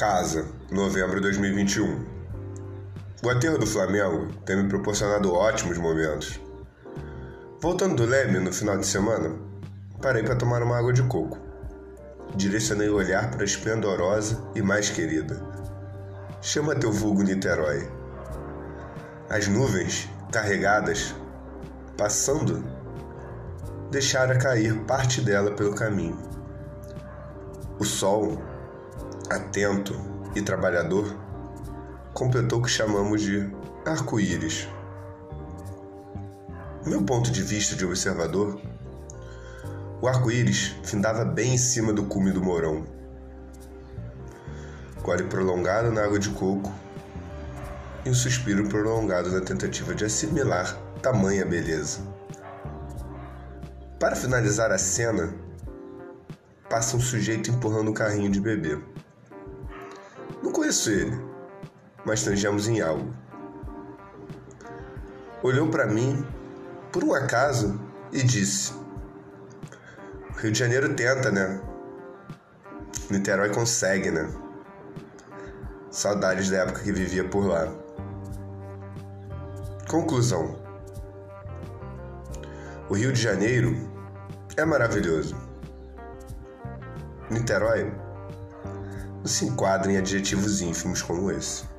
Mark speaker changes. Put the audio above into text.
Speaker 1: Casa, novembro de 2021. O aterro do Flamengo tem me proporcionado ótimos momentos. Voltando do Leme no final de semana, parei para tomar uma água de coco. Direcionei o olhar para a esplendorosa e mais querida. Chama teu vulgo Niterói. As nuvens, carregadas, passando, deixaram cair parte dela pelo caminho. O sol, atento e trabalhador, completou o que chamamos de arco-íris. Do meu ponto de vista de observador, o arco-íris findava bem em cima do cume do Mourão. Gole prolongado na água de coco e um suspiro prolongado na tentativa de assimilar tamanha beleza. Para finalizar a cena, passa um sujeito empurrando um carrinho de bebê. Não conheço ele, mas tangemos em algo. Olhou para mim, por um acaso, e disse: Rio de Janeiro tenta, né? Niterói consegue, né? Saudades da época que vivia por lá. Conclusão: o Rio de Janeiro é maravilhoso. Niterói não se enquadra em adjetivos ínfimos como esse.